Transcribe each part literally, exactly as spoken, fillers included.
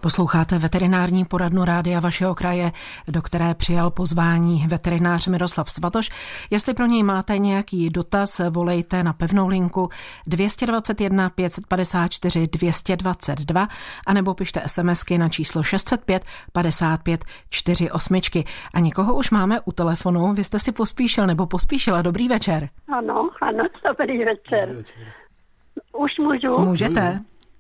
Posloucháte veterinární poradnu rádia vašeho kraje, do které přijal pozvání veterinář Miroslav Svatoš. Jestli pro něj máte nějaký dotaz, volejte na pevnou linku dvě dvacet jedna pět set padesát čtyři dvě stě dvacet dva anebo pište SMSky na číslo šest set pět padesát pět čtyřicet osm. A někoho už máme u telefonu. Vy jste si pospíšil nebo pospíšila. Dobrý večer. Ano, ano, dobrý večer. Dobrý večer. Už můžu? Můžete.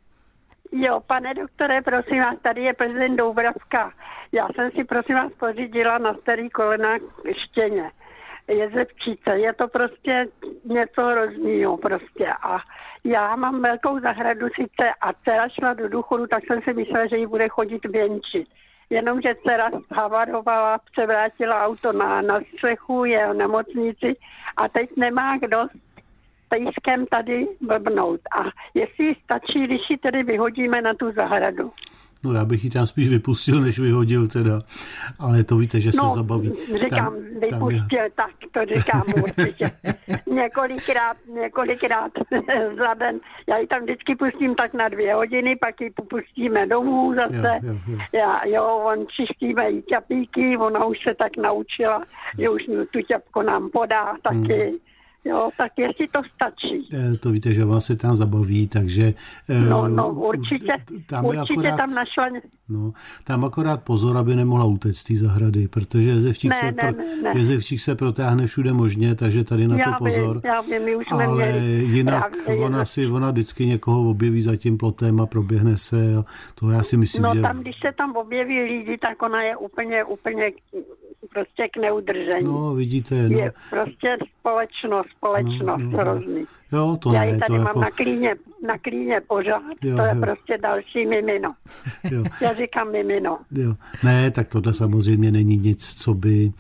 Jo, pane doktore, prosím vás, tady je Plzeň Doubravka. Já jsem si, prosím vás, pořídila na starý kolena štěně. Jezevčice, je to prostě něco hroznýho prostě. A já mám velkou zahradu sice a dcera šla do důchodu, tak jsem si myslela, že jí bude chodit věnčit. Jenomže dcera havarovala, převrátila auto na, na střechu, je v nemocnici a teď nemá kdo pejskem tady blbnout. A jestli stačí, když ji tedy vyhodíme na tu zahradu. No já bych ji tam spíš vypustil, než vyhodil teda. Ale to víte, že no, se zabaví. Říkám, tam, vypustil, tam je... tak to říkám určitě. několikrát, několikrát za den. Já ji tam vždycky pustím tak na dvě hodiny, pak ji pustíme domů zase. Jo, jo, jo. Já, jo, on čistíme jí ťapíky, ona už se tak naučila, že už tu ťapku nám podá taky. Hmm. Jo, tak jestli to stačí. To víte, že vás se tam zabaví, takže... No, no, určitě, tam, určitě akorát, tam našla... No, tam akorát pozor, aby nemohla utéct z té zahrady, protože jezevčík, ne, se, ne, pro, ne, ne. jezevčík se protáhne všude možně, takže tady na já to pozor. Vím, já vím, my už ale měli, jinak já, ona si, ona vždycky někoho objeví za tím plotem a proběhne se. A to já si myslím, no, že... No tam, když se tam objeví lidi, tak ona je úplně, úplně prostě k neudržení. No, vidíte. No. Je prostě společnost, společnost no, no, hrozný. Jo, to já ne, ji tady to mám jako... na klíně, na klíně pořád, jo, to je jo. prostě další mimino. Jo. Já říkám mimino. Jo. Ne, tak tohle samozřejmě není nic, co by,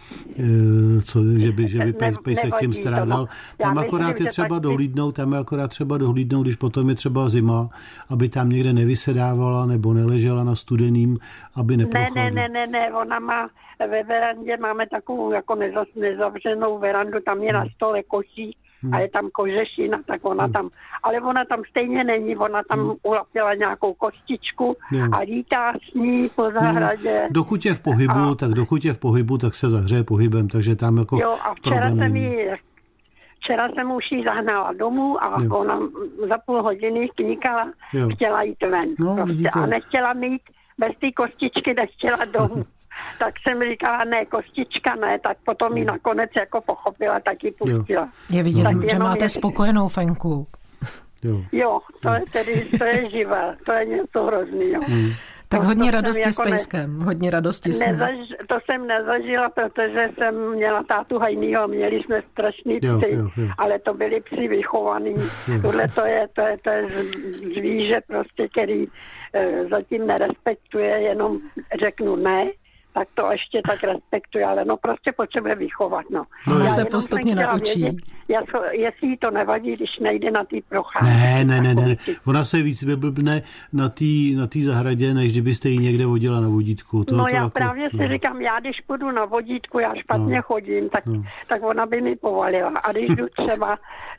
co, že by, že by pejs, pejsek tím strádal. Tam myslím, akorát je třeba tak... dohlídnout, tam je akorát třeba dohlídnout, když potom je třeba zima, aby tam někde nevysedávala nebo neležela na studeným, aby neprochladla. Ne, ne, ne, ne, ne, ona má ve verandě, máme takovou jako nezavřenou verandu, tam je na stole koší, Hmm. a je tam kožešina, tak ona hmm. tam, ale ona tam stejně není, ona tam hmm. ulapila nějakou kostičku hmm. a lítá s ní po zahradě. Hmm. Dokud je v pohybu, a... tak dokud je v pohybu, tak se zahřeje pohybem, takže tam jako jo, a včera jsem jí, včera jsem už jí zahnala domů a jo. ona za půl hodiny kníkala, jo. chtěla jít ven. No, prostě, a nechtěla mít, bez té kostičky nechtěla domů. Tak jsem říkala, ne, kostička ne, tak potom ji nakonec jako pochopila, tak ji pustila. Je vidět, tak že máte je... spokojenou fenku. Jo, jo to je tedy, to je živé, to je něco hroznýho. Hmm. Tak to, hodně to radosti jako s pejskem, ne, hodně radosti s ním. Nezaž, to jsem nezažila, protože jsem měla tátu hajnýho, měli jsme strašný psy, jo, jo, jo. ale to byli psi vychovaný. Tohle to je, to je, to je zvíře prostě, který e, zatím nerespektuje, jenom řeknu ne, tak to ještě tak respektuje, ale no prostě potřebuje vychovat, no. No, já se postupně naučí. Vědět, jestli jí to nevadí, když nejde na té procházky. Ne, ne, ne, ne. Ona se víc vyblbne na té na tý zahradě, než kdybyste ji někde vodila na vodítku. To, no to já jako, právě no. si říkám, já když půjdu na vodítku, já špatně no. chodím, tak, no. tak ona by mi povalila. A když jdu třeba,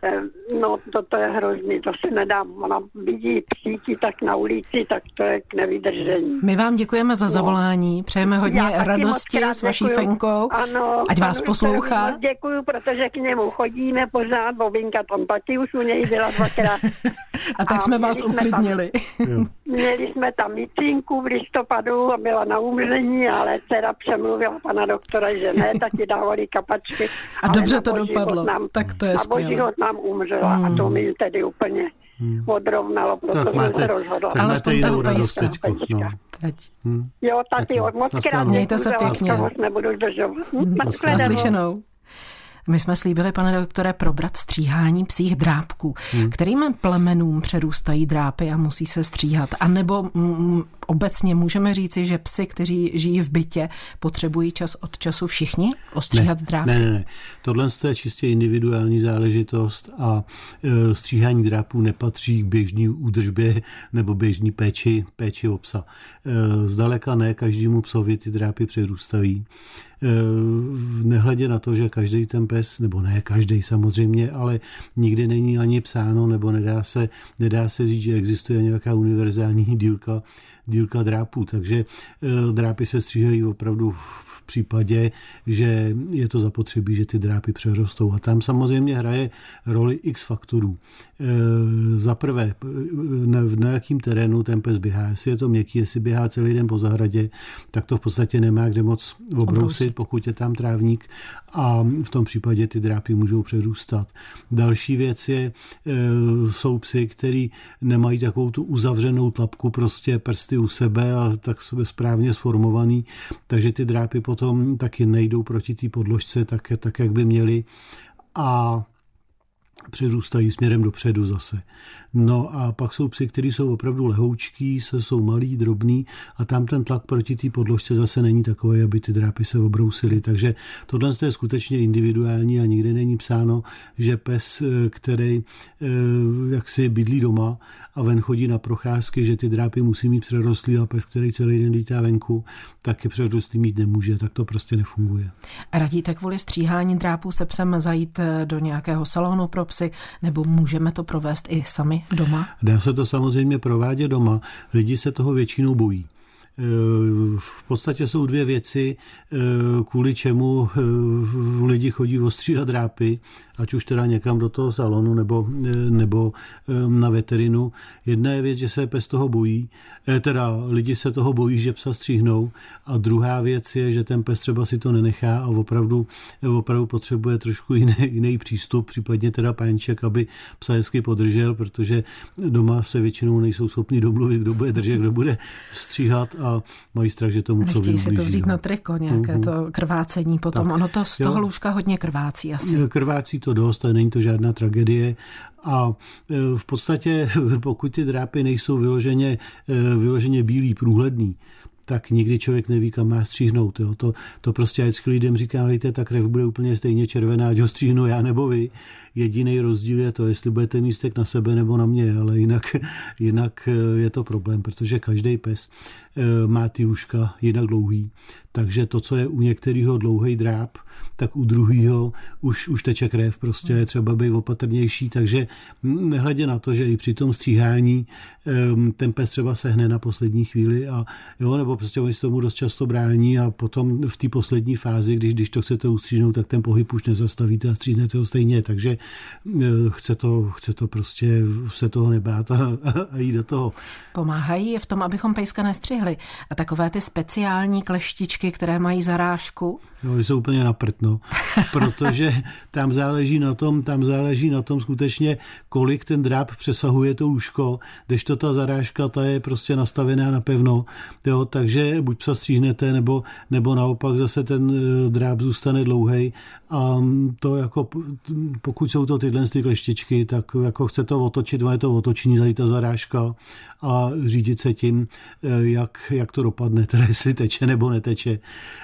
no to, to je hrozný, to se nedá. Ona vidí psíti tak na ulici, tak to je k nevydržení. My vám děkujeme za zavolání, no. přejeme hodně radosti s vaší děkuju. Fenkou, ano, ať vás poslouchá. Děkuju, protože k němu chodíme pořád, bobinka tam taky už u něj byla dvakrát. A tak a jsme vás uklidnili. Tam, měli jsme tam micinku v listopadu a byla na umření, ale dcera přemluvila pana doktora, že ne, tak ji dávali kapačky. A dobře to dopadlo, nám, tak to je skvělé. A boží život nám umřela hmm. a to mi tedy úplně Hmm. odrovnalo, protože jsem se rozhodla. Tak máte jinou radost teďko. No. Teď. Hmm. Jo, taky, moc krát mějte se pěkně. Nebudu zdržovat. Hmm. Naslyšenou. My jsme slíbili, pane doktore, probrat stříhání psích drápků. Hmm. Kterým plemenům přerůstají drápy a musí se stříhat? A nebo mm, obecně můžeme říci, že psi, kteří žijí v bytě, potřebují čas od času všichni ostříhat ne, drápy? Ne, ne, ne. Tohle je čistě individuální záležitost a e, stříhání drápů nepatří k běžné údržbě nebo běžné péči, péči o psa. E, zdaleka ne, každému psovi ty drápy přerůstají. Nehledě na to, že každý ten pes, nebo ne každý samozřejmě, ale nikdy není ani psáno, nebo nedá se, nedá se říct, že existuje nějaká univerzální dílka dílka drápů. Takže drápy se stříhají opravdu v případě, že je to zapotřebí, že ty drápy přerostou. A tam samozřejmě hraje roli x faktorů. Za prvé, na jakým terénu ten pes běhá. Jestli je to měkký, jestli běhá celý den po zahradě, tak to v podstatě nemá kde moc obrousit, pokud je tam trávník, a v tom případě ty drápy můžou přerůstat. Další věc je, jsou psy, který nemají takovou tu uzavřenou tlapku, prostě prsty u sebe a tak správně sformovaný, takže ty drápy potom taky nejdou proti té podložce tak, tak, jak by měly, a přerůstají směrem dopředu zase. No a pak jsou psy, kteří jsou opravdu lehoučký, jsou malí, drobní, a tam ten tlak proti té podložce zase není takový, aby ty drápy se obrousily. Takže tohle je skutečně individuální a nikde není psáno, že pes, který jaksi bydlí doma a ven chodí na procházky, že ty drápy musí mít přerostlý, a pes, který celý den lítá venku, tak je přerostlý mít nemůže. Tak to prostě nefunguje. Radíte kvůli stříhání drápů se psem zajít do nějakého salonu pro psy, nebo můžeme to provést i sami doma? Dá se to samozřejmě provádět doma. Lidi se toho většinou bojí. V podstatě jsou dvě věci, kvůli čemu lidi chodí ostříhat drápy, ať už teda někam do toho salonu nebo, nebo na veterinu. Jedna je věc, že se pes toho bojí, teda lidi se toho bojí, že psa stříhnou, a druhá věc je, že ten pes třeba si to nenechá a opravdu, opravdu potřebuje trošku jiný, jiný přístup, případně teda pánček, aby psa hezky podržel, protože doma se většinou nejsou schopni domluvit, kdo bude držet, kdo bude stříhat, a mají strach, že tomu co Nechtějí si to vzít na triko, nějaké uh-huh. to krvácení potom. Tak. Ono to z toho jo. lůžka hodně krvácí asi. Krvácí to dost, a není to žádná tragédie. A v podstatě, pokud ty drápy nejsou vyloženě, vyloženě bílý, průhledný, tak nikdy člověk neví, kam má stříhnout. Jo. To, to prostě vždycky lidem říkám, lejte, ta krev bude úplně stejně červená, ať ho stříhnu já nebo vy. Jediný rozdíl je to, jestli budete místek na sebe nebo na mě, ale jinak, jinak je to problém, protože každý pes má ty lůžka jinak dlouhý. Takže to, co je u některého dlouhý dráp, tak u druhého už, už teče krev, prostě je třeba být opatrnější, takže nehledě na to, že i při tom stříhání ten pes třeba sehne na poslední chvíli, a jo, nebo prostě oni se tomu dost často brání, a potom v té poslední fázi, když, když to chcete ustříhnout, tak ten pohyb už nezastavíte a stříhnete ho stejně, takže chce to, chce to prostě se toho nebát a, a jít do toho. Pomáhají v tom, abychom pejska nestřihli, a takové ty speciální kleštičky, které mají zarážku? Jo, jsou úplně na prd, no. Protože tam záleží na tom, tam záleží na tom skutečně, kolik ten dráp přesahuje to lůžko, kdežto ta zarážka, ta je prostě nastavená napevno, jo, takže buď psa stříhnete, nebo, nebo naopak zase ten dráp zůstane dlouhej, a to jako, pokud jsou to tyhle ty kleštičky, tak jako chce to otočit, je to otoční, tady ta zarážka, a řídit se tím, jak, jak to dopadne, teda jestli teče nebo neteče.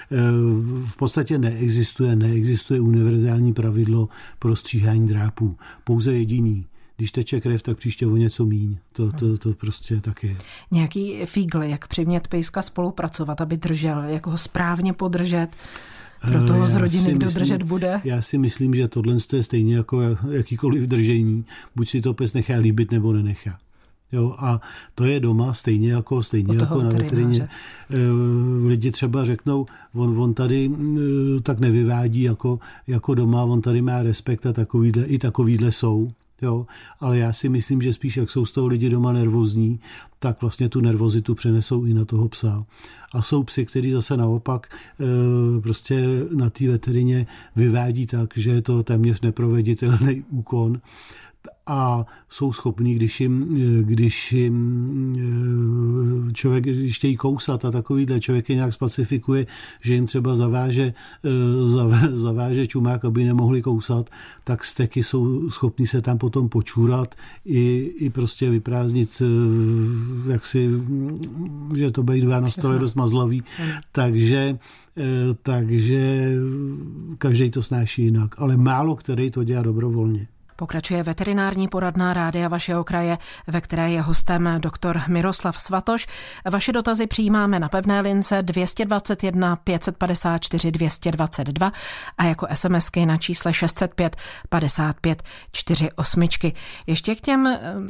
V podstatě neexistuje, neexistuje univerzální pravidlo pro stříhání drápů. Pouze jediný. Když teče krev, tak příště o něco míň. To, to, to prostě tak je. Nějaký fígl, jak přimět pejska spolupracovat, aby držel, jak ho správně podržet, pro toho z rodiny, kdo myslím, držet bude? Já si myslím, že tohle je stejně jako jakýkoliv držení. Buď si to pes nechá líbit, nebo nenechá. Jo, a to je doma stejně jako, stejně jako na veterině. Lidi třeba řeknou, on, on tady tak nevyvádí jako, jako doma, on tady má respekt, a takovýhle, i takovýhle jsou. Jo, ale já si myslím, že spíš, jak jsou z toho lidi doma nervózní, tak vlastně tu nervozitu přenesou i na toho psa. A jsou psy, kteří zase naopak e, prostě na té veterině vyvádí tak, že je to téměř neproveditelný úkon, a jsou schopní, když jim, když jim člověk, když chtějí kousat a takovýhle, člověk je nějak specifikuje, že jim třeba zaváže, zaváže čumák, aby nemohli kousat, tak steky jsou schopní se tam potom počůrat i, i prostě vyprázdnit, jaksi, že to bývá na stole dost mazlavý. Takže, takže každý to snáší jinak, ale málo který to dělá dobrovolně. Pokračuje veterinární poradna Rádia vašeho kraje, ve které je hostem doktor Miroslav Svatoš. Vaše dotazy přijímáme na pevné lince dvě stě dvacet jedna pět set padesát čtyři dvě stě dvacet dva a jako SMSky na čísle šest set pět padesát pět čtyřicet osm. Ještě k těm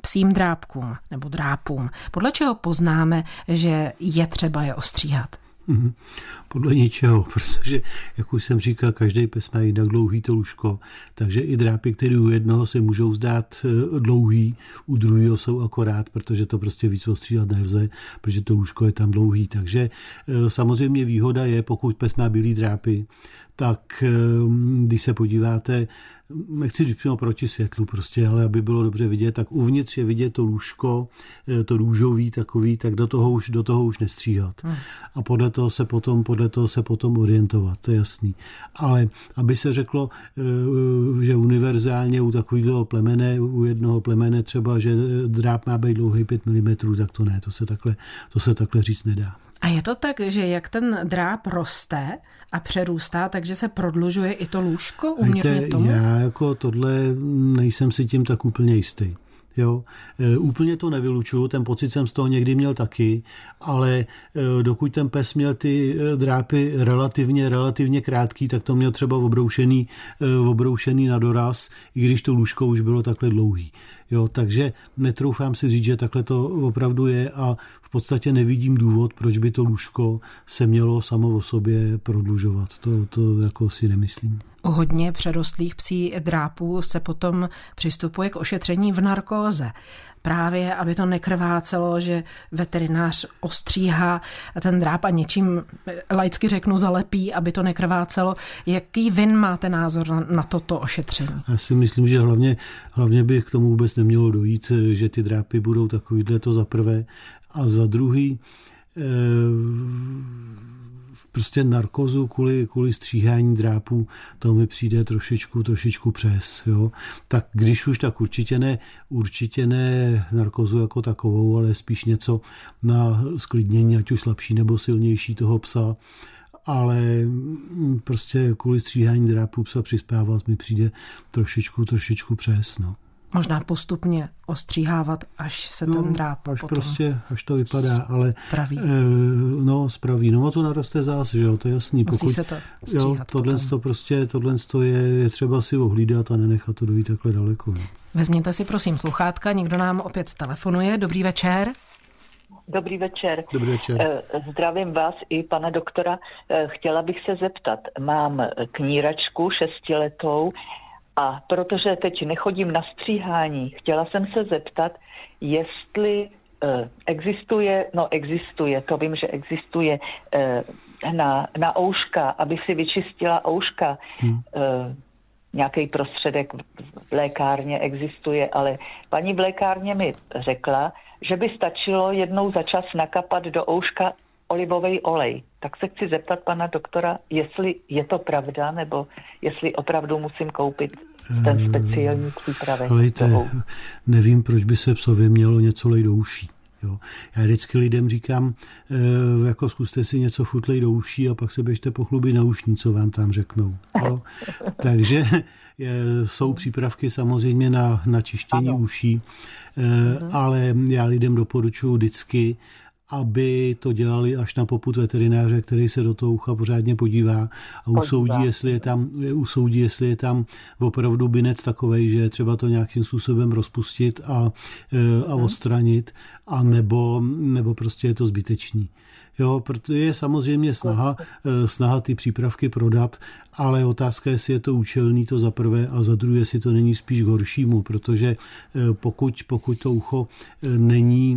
psím drápkům nebo drápům, podle čeho poznáme, že je třeba je ostříhat? Mm-hmm. Podle ničeho, protože, jak už jsem říkal, každý pes má jinak dlouhý to lůžko, takže i drápy, které u jednoho se můžou zdát dlouhý, u druhého jsou akorát, protože to prostě víc ostříhat nelze, protože to lůžko je tam dlouhý. Takže samozřejmě výhoda je, pokud pes má bílý drápy, tak když se podíváte, nechci říct přímo proti světlu prostě, ale aby bylo dobře vidět, tak uvnitř je vidět to lůžko, to růžový takový, tak do toho už, do toho už nestříhat. Hmm. A podle toho se potom, podle toho se potom orientovat, to je jasný. Ale aby se řeklo, že univerzálně u takového plemene, u jednoho plemene třeba, že dráp má být dlouhý pět milimetrů, tak to ne, to se takhle, to se takhle říct nedá. A je to tak, že jak ten dráp roste a přerůstá, takže se prodlužuje i to lůžko úměrně tomu? Já jako tohle nejsem si tím tak úplně jistý. Jo, e, úplně to nevylučuju, ten pocit jsem z toho někdy měl taky, ale e, dokud ten pes měl ty drápy relativně, relativně krátký, tak to měl třeba obroušený, e, obroušený na doraz, i když to lůžko už bylo takhle dlouhý. Jo, takže netroufám si říct, že takhle to opravdu je a v podstatě nevidím důvod, proč by to lůžko se mělo samo o sobě prodlužovat. To, to jako si nemyslím. U hodně přerostlých psí drápů se potom přistupuje k ošetření v narkóze. Právě, aby to nekrvácelo, že veterinář ostříhá ten dráp a něčím, laicky řeknu, zalepí, aby to nekrvácelo. Jaký vy máte názor na, na toto ošetření? Já si myslím, že hlavně, hlavně by k tomu vůbec nemělo dojít, že ty drápy budou takovýhle, to za prvé. A za druhý, eh, prostě narkozu kvůli, kvůli stříhání drápů, to mi přijde trošičku, trošičku přes. Jo? Tak když už, tak určitě ne, určitě ne narkozu jako takovou, ale spíš něco na sklidnění, ať už slabší nebo silnější toho psa. Ale prostě kvůli stříhání drápů psa přispávat mi přijde trošičku, trošičku přes. No. Možná postupně ostříhávat, až se no, ten dráp až potom prostě, až to vypadá, ale spraví. E, no, spraví. No, to naroste zás, že jo, to je jasný. Musí Pokud, se to jo, tohle to prostě, tohle to je, je třeba si ohlídat a nenechat to dojít takhle daleko. Ne? Vezměte si prosím sluchátka, někdo nám opět telefonuje. Dobrý večer. Dobrý večer. Dobrý večer. Zdravím vás i pana doktora. Chtěla bych se zeptat, mám kníračku šestiletou, a protože teď nechodím na stříhání, chtěla jsem se zeptat, jestli uh, existuje, no existuje, to vím, že existuje uh, na, na ouška, aby si vyčistila ouška, hmm. uh, nějaký prostředek v lékárně existuje, ale paní v lékárně mi řekla, že by stačilo jednou za čas nakapat do ouška olivový olej. Tak se chci zeptat pana doktora, jestli je to pravda, nebo jestli opravdu musím koupit ten speciální přípravek. Hlejte, nevím, proč by se psovi mělo něco lej do uší. Jo. Já vždycky lidem říkám, e, jako zkuste si něco futlej do uší a pak se běžte pochlubit na ušní, co vám tam řeknou. Jo. Takže je, jsou přípravky samozřejmě na, na čištění ano. uší, e, mhm. ale já lidem doporučuji vždycky, aby to dělali až na popud veterináře, který se do toho ucha pořádně podívá a usoudí, jestli je tam, usoudí, jestli je tam opravdu binec takovej, že je třeba to nějakým způsobem rozpustit a, a odstranit, a nebo, nebo prostě je to zbytečný. Jo, protože je samozřejmě snaha, snaha ty přípravky prodat, ale otázka je, jestli je to účelný, to za prvé, a za druhé, jestli to není spíš k horšímu, protože pokud, pokud to ucho není,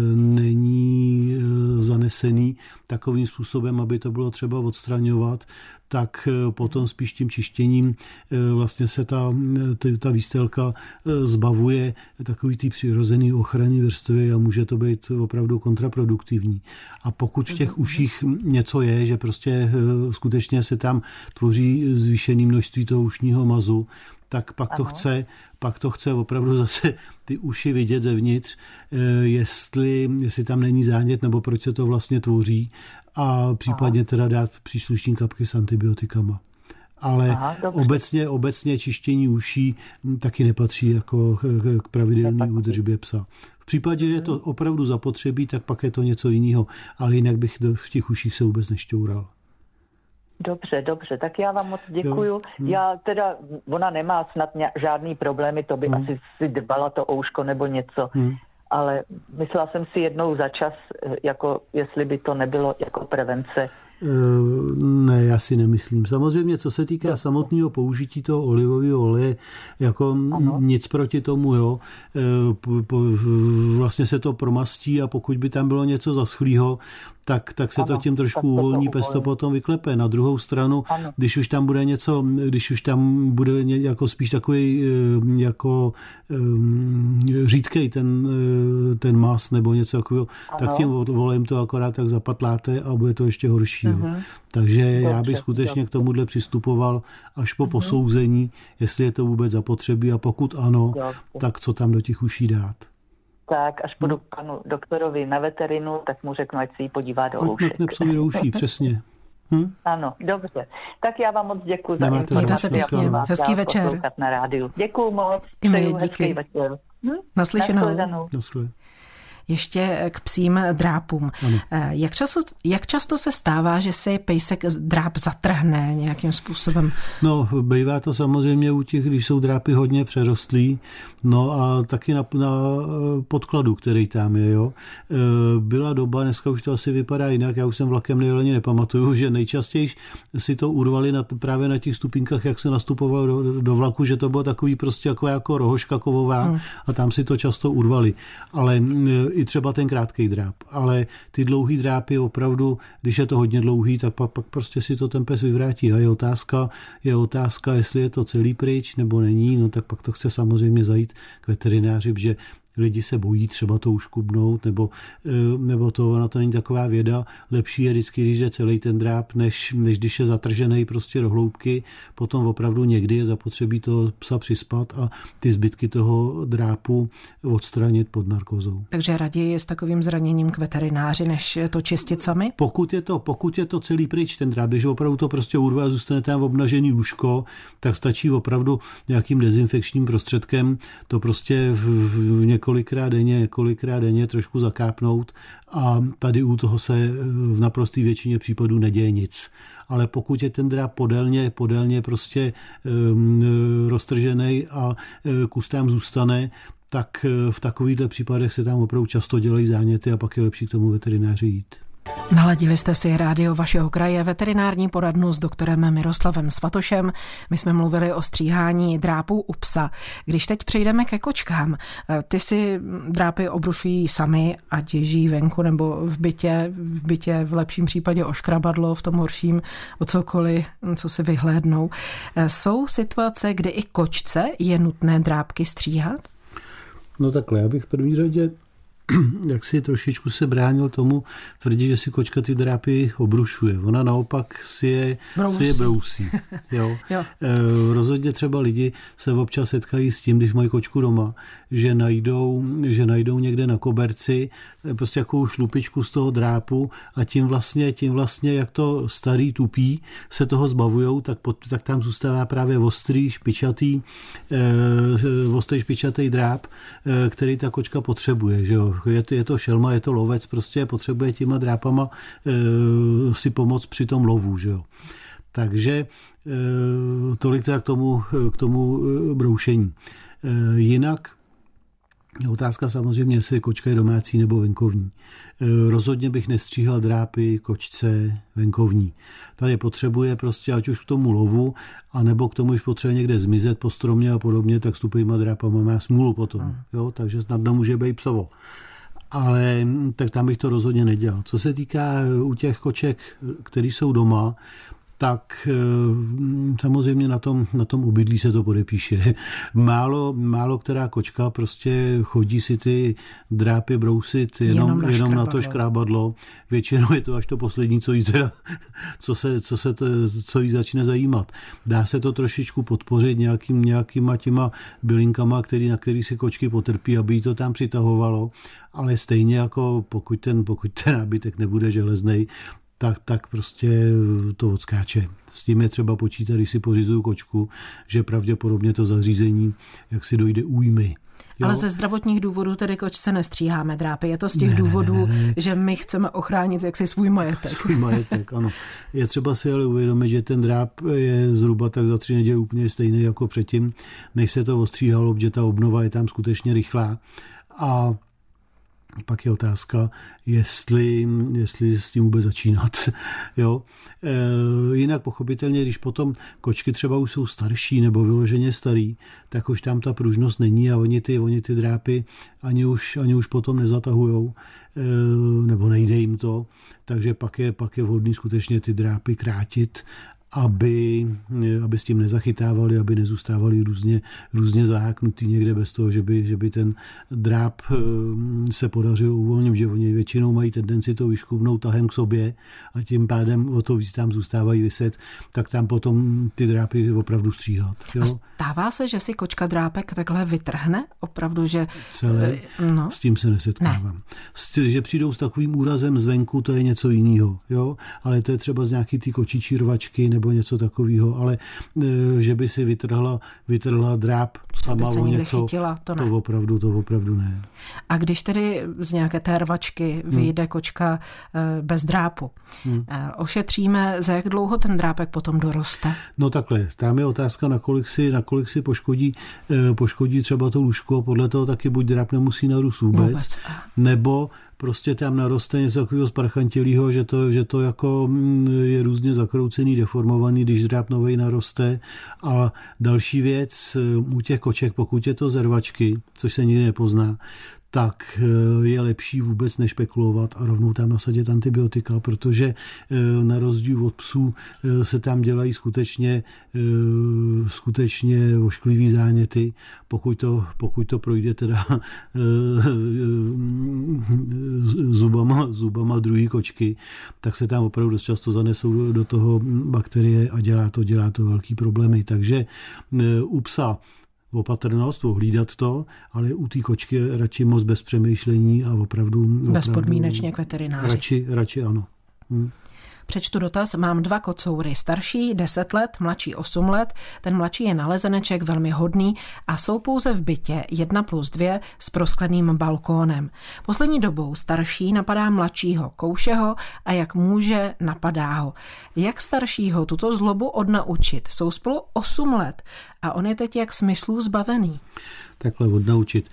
není zanesený takovým způsobem, aby to bylo třeba odstraňovat, tak potom spíš tím čištěním vlastně se ta, ta výstelka zbavuje takový ty přirozený ochranný vrstvy a může to být opravdu kontraproduktivní. A pokud v těch uších něco je, že prostě skutečně se tam tvoří zvýšené množství toho ušního mazu, tak pak to, chce, pak to chce opravdu zase ty uši vidět zevnitř, jestli, jestli tam není zánět, nebo proč se to vlastně tvoří, a případně teda dát příslušní kapky s antibiotikama. Ale Aha, obecně, obecně čištění uší taky nepatří jako k pravidelné údržbě psa. V případě, že je to opravdu zapotřebí, tak pak je to něco jiného, ale jinak bych v těch uších se vůbec nešťoural. Dobře, dobře, tak já vám moc děkuju. Hmm. Já teda, ona nemá snad žádný problémy, to by hmm. asi si dbala to ouško nebo něco, hmm. ale myslela jsem si jednou za čas, jako jestli by to nebylo jako prevence. Ne, já si nemyslím. Samozřejmě, co se týká samotného použití toho olivového oleje, jako ano. nic proti tomu, jo. Vlastně se to promastí a pokud by tam bylo něco zaschlýho, tak, tak se ano, to tím trošku uvolní, pes to potom vyklepe. Na druhou stranu, ano. když už tam bude něco, když už tam bude jako spíš takový jako řídkej ten, ten mas nebo něco takového, tak tím olejem to akorát tak zapatláte a bude to ještě horší. Mm-hmm. Takže dobře, já bych skutečně dobře. k tomuhle přistupoval až po mm-hmm. posouzení, jestli je to vůbec zapotřebí a pokud ano, dobře. tak co tam do těch uší dát. Tak až půjdu k panu doktorovi na veterinu, tak mu řeknu, ať si ji podívá do oušek. Ať nepsoví do uší, přesně. Hm? Ano, dobře. Tak já vám moc děkuji za informaci. Hezký večer. Na rádiu. Děkuji moc. I my, díky. Hm? Naslyšenou. Naslyšenou. Ještě k psím drápům. Jak často, jak často se stává, že si pejsek dráp zatrhne nějakým způsobem? No, bývá to samozřejmě u těch, když jsou drápy hodně přerostlí, no a taky na, na podkladu, který tam je, jo. Byla doba, dneska už to asi vypadá jinak, já už jsem vlakem nejel ani nepamatuju, že nejčastěji si to urvali na, právě na těch stupínkách, jak se nastupovalo do, do vlaku, že to bylo takový prostě jako, jako rohoška kovová hmm. a tam si to často urvali. Ale i třeba ten krátký dráp, ale ty dlouhý drápy opravdu, když je to hodně dlouhý, tak pak, pak prostě si to ten pes vyvrátí. A je otázka, je otázka, jestli je to celý pryč nebo není, no tak pak to chce samozřejmě zajít k veterináři, protože lidi se bojí třeba to uškubnout, nebo, nebo to, ona to není taková věda. Lepší je vždycky, když je celý ten dráp, než, než když je zatržený prostě do hloubky. Potom opravdu někdy je zapotřebí toho psa přispat a ty zbytky toho drápu odstranit pod narkozou. Takže raději s takovým zraněním k veterináři, než to čistit sami? Pokud je to, pokud je to celý pryč ten dráp, když opravdu to prostě urve a zůstane tam obnažený uško, tak stačí opravdu nějakým dezinfekčním prostředkem to prostě v, v několikrát denně, několikrát denně trošku zakápnout a tady u toho se v naprosté většině případů neděje nic. Ale pokud je ten dráp podélně, podélně prostě um, roztržený a kus tam zůstane, tak v takovýchto případech se tam opravdu často dělají záněty a pak je lepší k tomu veterináři jít. Naladili jste si rádio vašeho kraje, veterinární poradnu s doktorem Miroslavem Svatošem. My jsme mluvili o stříhání drápů u psa. Když teď přejdeme ke kočkám, ty si drápy obrušují sami, ať žijí venku nebo v bytě, v bytě v lepším případě o škrabadlo, v tom horším o cokoliv, co si vyhlédnou. Jsou situace, kdy i kočce je nutné drápky stříhat? No takhle, já bych v první řadě jak si trošičku se bránil tomu tvrdí, že si kočka ty drápy obrušuje. Ona naopak si je brousí. Si je brousí. Jo? Jo. E, rozhodně třeba lidi se občas setkají s tím, když mají kočku doma, že najdou, že najdou někde na koberci prostě jakou šlupičku z toho drápu a tím vlastně, tím vlastně jak to starý tupí se toho zbavujou, tak, pod, tak tam zůstává právě ostrý, špičatý, e, ostrý špičatý dráp, e, který ta kočka potřebuje. Že jo? Je to, je to šelma, je to lovec, prostě potřebuje těma drápama e, si pomoct při tom lovu. Že jo? Takže e, tolik teda k tomu, k tomu broušení. E, jinak otázka samozřejmě, jestli kočka je domácí nebo venkovní. E, rozhodně bych nestříhal drápy kočce venkovní. Tady potřebuje prostě, ať už k tomu lovu, anebo k tomu, když potřebuje někde zmizet po stromě a podobně, tak s tupýma drápama má smůlu potom. Jo? Takže snadno může být psovo. Ale tak tam bych to rozhodně nedělal. Co se týká u těch koček, který jsou doma, tak samozřejmě na tom, na tom obydlí se to podepíše. Málo, málo která kočka prostě chodí si ty drápy brousit jenom, jenom, na, jenom na to škrábadlo. Většinou je to až to poslední, co jí, teda, co se, co se to, co jí začne zajímat. Dá se to trošičku podpořit nějakým, nějakýma těma bylinkama, který, na který si kočky potrpí, aby jí to tam přitahovalo, ale stejně jako pokud ten, pokud ten nábytek nebude železnej, tak, tak prostě to odskáče. S tím je třeba počítat, když si pořizuju kočku, že pravděpodobně to zařízení, jak si dojde újmy. Jo? Ale ze zdravotních důvodů tedy kočce nestříháme drápy. Je to z těch ne, důvodů, ne, ne, ne. že my chceme ochránit jaksi svůj majetek. Svůj majetek, ano. Je třeba si ale uvědomit, že ten dráp je zhruba tak za tři neděle úplně stejný jako předtím, než se to ostříhalo, protože ta obnova je tam skutečně rychlá. A pak je otázka, jestli, jestli s tím vůbec začínat. Jo? E, jinak pochopitelně, když potom kočky třeba už jsou starší nebo vyloženě starý, tak už tam ta pružnost není a oni ty, oni ty drápy ani už, ani už potom nezatahujou, e, nebo nejde jim to. Takže pak je, pak je vhodný skutečně ty drápy krátit, aby, aby s tím nezachytávali, aby nezůstávali různě, různě zaháknutý někde bez toho, že by, že by ten dráp se podařil uvolnit, že oni většinou mají tendenci to vyškubnout tahem k sobě a tím pádem o to víc tam zůstávají viset, tak tam potom ty drápy opravdu stříhat. Jo? A stává se, že si kočka drápek takhle vytrhne? Opravdu, že... Celé? No. S tím se nesetkávám. Ne. Že přijdou s takovým úrazem zvenku, to je něco jiného, jo? Ale to je třeba z nějaký ty kočičí rvačky nebo něco takového, ale že by si vytrhla, vytrhla dráp sama o něco, chytila, to, to opravdu, to opravdu ne. A když tedy z nějaké té rvačky vyjde hmm. kočka bez drápu, hmm. ošetříme, za jak dlouho ten drápek potom doroste? No takhle, tam je otázka, nakolik si, nakolik si poškodí, poškodí třeba to lůžko, podle toho taky buď dráp nemusí narůst vůbec, vůbec. nebo prostě tam naroste něco takového sparchantilého, že to, že to jako je různě zakroucený, deformovaný, když dráp novej naroste. A další věc, u těch koček, pokud je to z rvačky, což se nikdy nepozná, tak je lepší vůbec nešpekulovat a rovnou tam nasadit antibiotika, protože na rozdíl od psů se tam dělají skutečně, skutečně ošklivý záněty. Pokud to, pokud to projde teda zubama, zubama druhý kočky, tak se tam opravdu dost často zanesou do toho bakterie a dělá to, dělá to velký problémy. Takže u psa opatrnost, ohlídat to, ale u té kočky radši moc bez přemýšlení a opravdu... Bezpodmínečně k veterináři. Radši, radši ano. Hm. Přečtu dotaz. Mám dva kocoury. Starší deset let, mladší osm let. Ten mladší je nalezeneček, velmi hodný a jsou pouze v bytě jedna plus dvě s proskleným balkónem. Poslední dobou starší napadá mladšího, kouše ho a jak může, napadá ho. Jak staršího tuto zlobu odnaučit? Jsou spolu osm let a on je teď jak smyslů zbavený. Takhle odnaučit.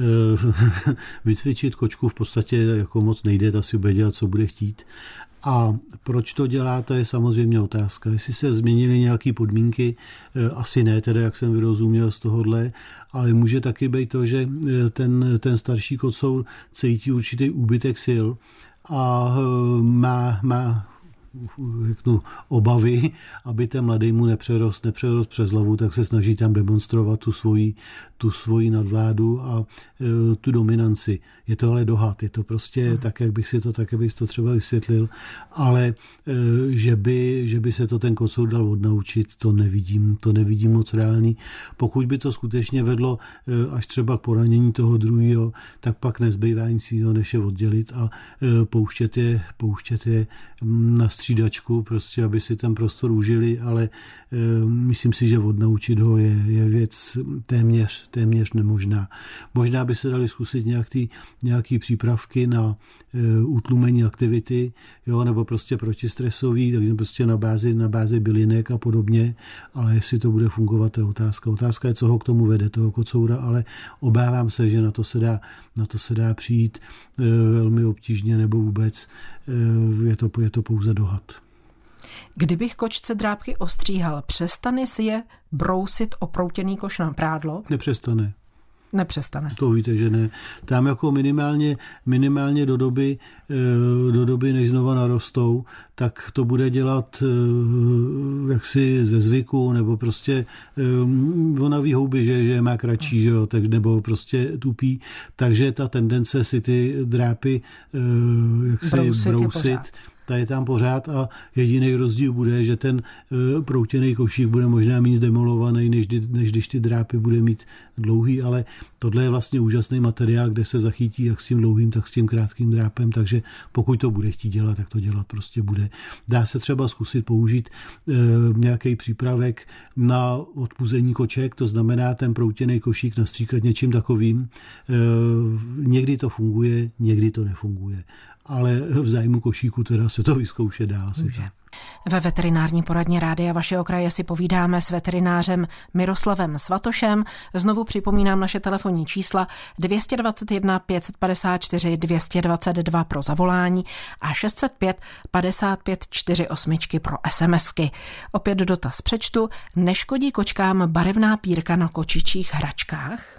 Vycvičit kočku v podstatě jako moc nejde, ta si bude dělat, co bude chtít. A proč to dělá, to je samozřejmě otázka. Jestli se změnily nějaké podmínky, asi ne, teda jak jsem vyrozuměl z tohohle, ale může taky být to, že ten, ten starší kocour cítí určitý úbytek sil a má, má řeknu, obavy, aby ten mladý mu nepřerost, nepřerost přes hlavu, tak se snaží tam demonstrovat tu svoji, tu svoji nadvládu a e, tu dominanci. Je to ale dohad, je to prostě hmm. tak, jak bych si to, tak, jak bych to třeba vysvětlil, ale e, že, by, že by se to ten kocour dal odnaučit, to nevidím, to nevidím moc reálný. Pokud by to skutečně vedlo e, až třeba k poranění toho druhého, tak pak nezbývá nic jiného, než je oddělit a e, pouštět je, pouštět je na střídačku, prostě, aby si ten prostor užili, ale e, myslím si, že odnaučit ho je, je věc téměř, téměř nemožná. Možná by se dali zkusit nějaký, nějaký přípravky na e, utlumení aktivity, jo, nebo prostě protistresový, takže prostě na bázi, na bázi bylinek a podobně, ale jestli to bude fungovat, to je otázka. Otázka je, co ho k tomu vede, toho kocoura, ale obávám se, že na to se dá, na to se dá přijít e, velmi obtížně nebo vůbec e, je to, je to pouze dohad. Kdybych kočce drápky ostříhal, přestane si je brousit oproutěný koš na prádlo? Nepřestane. Nepřestane. To víte, že ne. Tam jako minimálně, minimálně do doby, do doby, než znova narostou, tak to bude dělat jaksi ze zvyku, nebo prostě ona ví houby, že, že má kratší, že jo, tak, nebo prostě tupí. Takže ta tendence si ty drápy jaksi brousit, brousit ta je tam pořád a jediný rozdíl bude, že ten proutěný košík bude možná méně zdemolovaný, než, než když ty drápy bude mít dlouhý, ale tohle je vlastně úžasný materiál, kde se zachytí jak s tím dlouhým, tak s tím krátkým drápem, takže pokud to bude chtít dělat, tak to dělat prostě bude. Dá se třeba zkusit použít e, nějaký přípravek na odpuzení koček, to znamená ten proutěný košík nastříkat něčím takovým. E, někdy to funguje, někdy to nefunguje. Ale v zájmu košíku teda se to vyzkoušet dá asi tak. Ve veterinární poradně Rádia vašeho kraje si povídáme s veterinářem Miroslavem Svatošem. Znovu připomínám naše telefonní čísla dvě stě dvacet jedna pět set padesát čtyři dvě stě dvacet dva pro zavolání a šest set pět padesát pět čtyřicet osm pro SMSky. Opět dotaz přečtu. Neškodí kočkám barevná pírka na kočičích hračkách?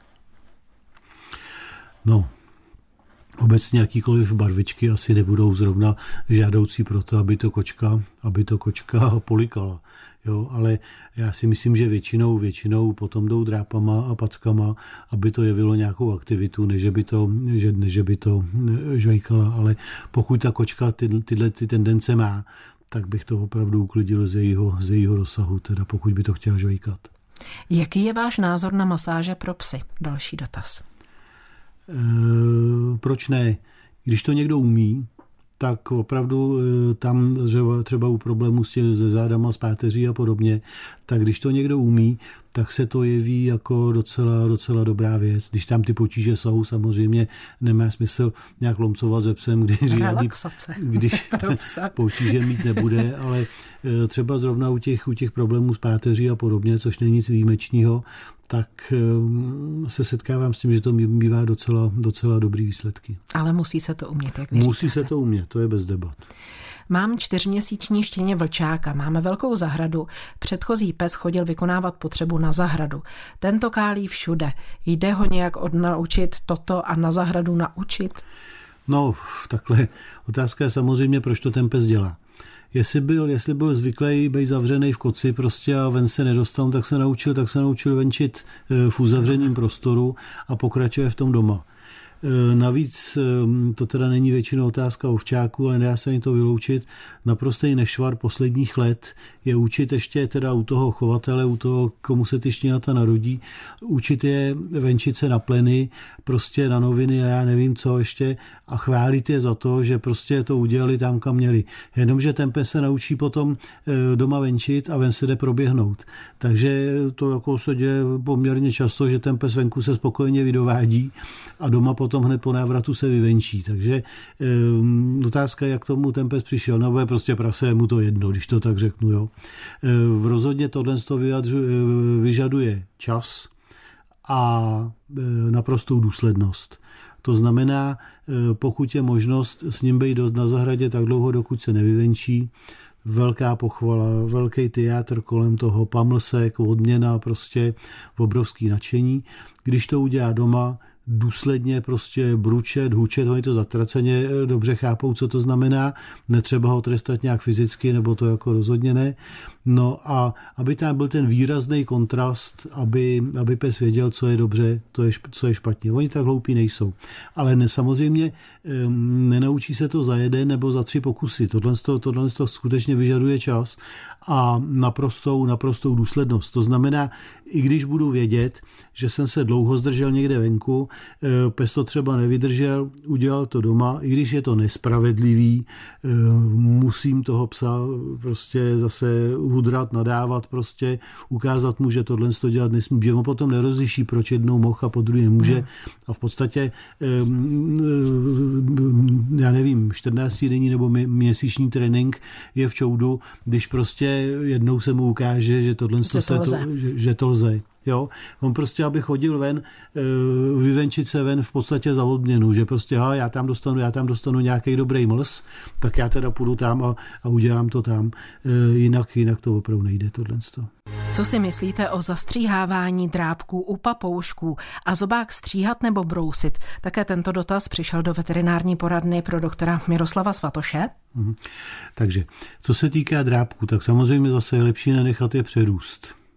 No, obecně jakýkoliv barvičky asi nebudou zrovna žádoucí pro to, aby to kočka, aby to kočka polikala. Jo, ale já si myslím, že většinou, většinou potom jdou drápama a packama, aby to jevilo nějakou aktivitu, než by to, že, než by to žvejkala. Ale pokud ta kočka ty, tyhle ty tendence má, tak bych to opravdu uklidil ze jejího, ze jejího dosahu, teda pokud by to chtěla žvejkat. Jaký je váš názor na masáže pro psy? Další dotaz. E, proč ne? Když to někdo umí, tak opravdu tam třeba, třeba u problémů se zádama, s páteří a podobně, tak když to někdo umí, tak se to jeví jako docela, docela dobrá věc. Když tam ty potíže jsou, samozřejmě nemá smysl nějak lomcovat se psem, když žádný, když potíže mít nebude, ale třeba zrovna u těch, u těch problémů s páteří a podobně, což není nic výjimečného, tak se setkávám s tím, že to bývá docela, docela dobrý výsledky. Ale musí se to umět, jak vy říkáte. Musí se to umět, to je bez debat. Mám čtyřměsíční štěně vlčáka, máme velkou zahradu. Předchozí pes chodil vykonávat potřebu na zahradu. Tento kálí všude. Jde ho nějak odnaučit toto a na zahradu naučit? No, takhle. Otázka je samozřejmě, proč to ten pes dělá. Jestli byl, jestli byl zvyklý být zavřený v koci prostě a ven se nedostal, tak se naučil, tak se naučil venčit v uzavřeném prostoru a pokračuje v tom doma. Navíc to teda není většinou otázka ovčáků, ale nedá se ani to vyloučit. Naprostý nešvar posledních let je učit ještě teda u toho chovatele, u toho, komu se ty štěňata narodí, učit je venčit se na pleny, prostě na noviny a já nevím co ještě a chválit je za to, že prostě to udělali tam, kam měli. Jenomže ten pes se naučí potom doma venčit a ven se jde proběhnout. Takže to jako se děje poměrně často, že ten pes venku se spokojně vydovádí a doma potom hned po návratu se vyvenčí. Takže um, otázka, jak tomu ten pes přišel, nebo je prostě prase, mu to jedno, když to tak řeknu. Jo. E, rozhodně tohle to vyžaduje čas a e, naprostou důslednost. To znamená, e, pokud je možnost s ním být na zahradě tak dlouho, dokud se nevyvenčí, velká pochvala, velký teátr kolem toho, pamlsek, odměna, prostě obrovský nadšení. Když to udělá doma, důsledně prostě bručet, hučet, oni to zatraceně dobře chápou, co to znamená, netřeba ho trestat nějak fyzicky, nebo to jako rozhodně ne. No a aby tam byl ten výrazný kontrast, aby, aby pes věděl, co je dobře, to je, co je špatně. Oni tak hloupí nejsou. Ale ne, samozřejmě nenaučí se to za jeden nebo za tři pokusy. Tohle, to, tohle to skutečně vyžaduje čas a naprostou, naprostou důslednost. To znamená, i když budu vědět, že jsem se dlouho zdržel někde venku, pes to třeba nevydržel, udělal to doma, i když je to nespravedlivý, musím toho psa prostě zase hudrat, nadávat, prostě ukázat mu, že tohle to dělat nesmí, že on potom nerozliší, proč jednou mohl a po druhé nemůže. A v podstatě já nevím, čtrnáctidenní nebo měsíční trénink je v čoudu, když prostě jednou se mu ukáže, že tohle že to, se lze. To, že, že to lze. Jo? On prostě, aby chodil ven, vyvenčit se ven v podstatě za odměnu, že prostě ha, já tam dostanu, já tam dostanu nějaký dobrý mlz, tak já teda půjdu tam a, a udělám to tam. Jinak, jinak to opravdu nejde tohle. Co si myslíte o zastříhávání drápků u papoušků a zobák stříhat nebo brousit? Také tento dotaz přišel do veterinární poradny pro doktora Miroslava Svatoše. Mhm. Takže, co se týká drápků, tak samozřejmě zase je lepší nenechat je přerůst.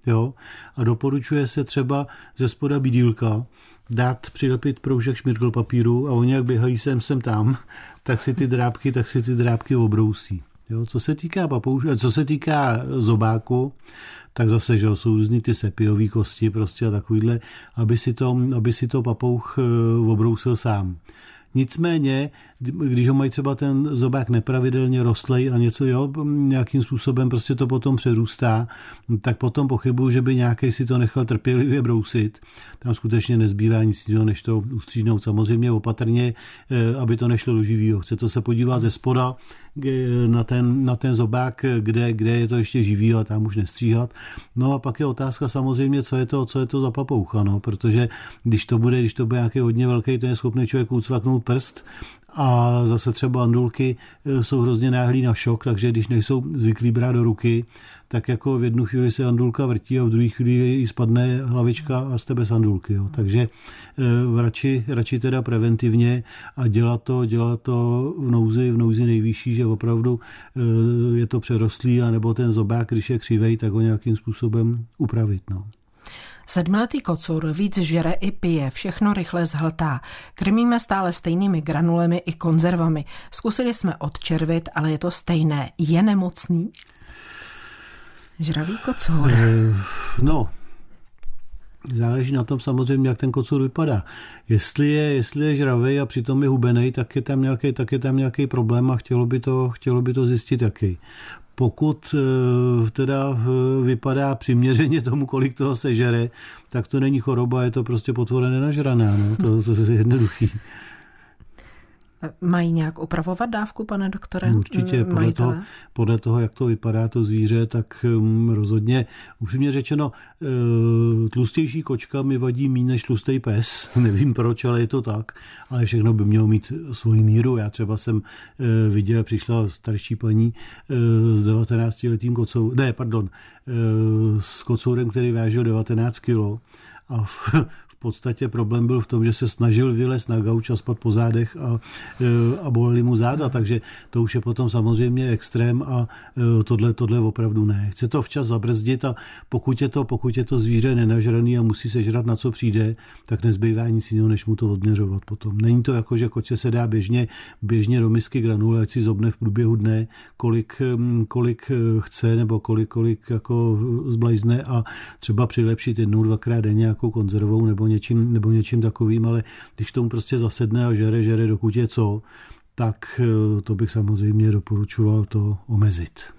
Jo? A doporučuje se třeba ze spoda bidýlka dát přilepit proužek šmirgl papíru a oni jak běhají sem, sem tam, tak si ty drápky, tak si ty drápky obrousí. Jo? Co se týká papouš, co se týká zobáku, tak zase, že jsou různý ty sepiový kosti prostě a takovýhle, aby si to, aby si to papouch obrousil sám. Nicméně, když ho mají třeba ten zobák nepravidelně rostlej a něco, jo, nějakým způsobem prostě to potom přerůstá, tak potom pochybuju, že by nějaký si to nechal trpělivě brousit. Tam skutečně nezbývá nic jiného, než to ustříhnout. Samozřejmě opatrně, aby to nešlo do živýho. Chce to se podívat ze spoda na ten, na ten zobák, kde, kde je to ještě živý a tam už nestříhat. No a pak je otázka samozřejmě, co je to, co je to za papoucha, no, protože když to bude, když to bude nějaký hodně velký, ten je schopný člověk ucvaknout prst a zase třeba andulky jsou hrozně náhlý na šok, takže když nejsou zvyklí brát do ruky, tak jako v jednu chvíli se andulka vrtí a v druhé chvíli jí spadne hlavička a jste bez andulky. Jo. Takže radši, radši teda preventivně a dělat to, dělat to v nouzi, v nouzi nejvyšší, že opravdu je to přerostlý, anebo ten zobák, když je křivej, tak ho nějakým způsobem upravit. No. Sedmiletý kocur víc žere i pije, všechno rychle zhltá. Krmíme stále stejnými granulemi i konzervami. Zkusili jsme odčervit, ale je to stejné. Je nemocný? Žravý kocur. No, záleží na tom samozřejmě, jak ten kocur vypadá. Jestli je, jestli je žravej a přitom je hubenej, tak je tam nějaký, tak je tam nějaký problém a chtělo by to, chtělo by to zjistit jaký. Pokud teda vypadá přiměřeně tomu, kolik toho sežere, tak to není choroba, je to prostě potvora nenažraná. No? To, to je jednoduchý. Mají nějak upravovat dávku, pane doktore? Určitě, podle toho, podle toho, jak to vypadá to zvíře, tak um, rozhodně, upřímně řečeno, uh, tlustější kočka mi vadí méně než tlustý pes. Nevím proč, ale je to tak. Ale všechno by mělo mít svoji míru. Já třeba jsem uh, viděl, přišla starší paní uh, s devatenáctiletým kocourem, ne, pardon, uh, s kocourem, který vážil devatenáct kilo a v podstatě problém byl v tom, že se snažil vylézt na gauč a spat po zádech a, a bolely mu záda, takže to už je potom samozřejmě extrém a tohle, tohle opravdu ne. Chce to včas zabrzdit a pokud je to, pokud je to zvíře nenažraný a musí sežrat na co přijde, tak nezbývá nic jiného, než mu to odměřovat potom. Není to jako, že koče se dá běžně, běžně do misky granule, ať si zobne v průběhu dne, kolik, kolik chce nebo kolik, kolik jako zblajzne a třeba přilepšit jednou, dvakrát denně nějakou konzervou nebo něčím, nebo něčím takovým, ale když tomu prostě zasedne a žere, žere dokud je co, tak to bych samozřejmě doporučoval to omezit.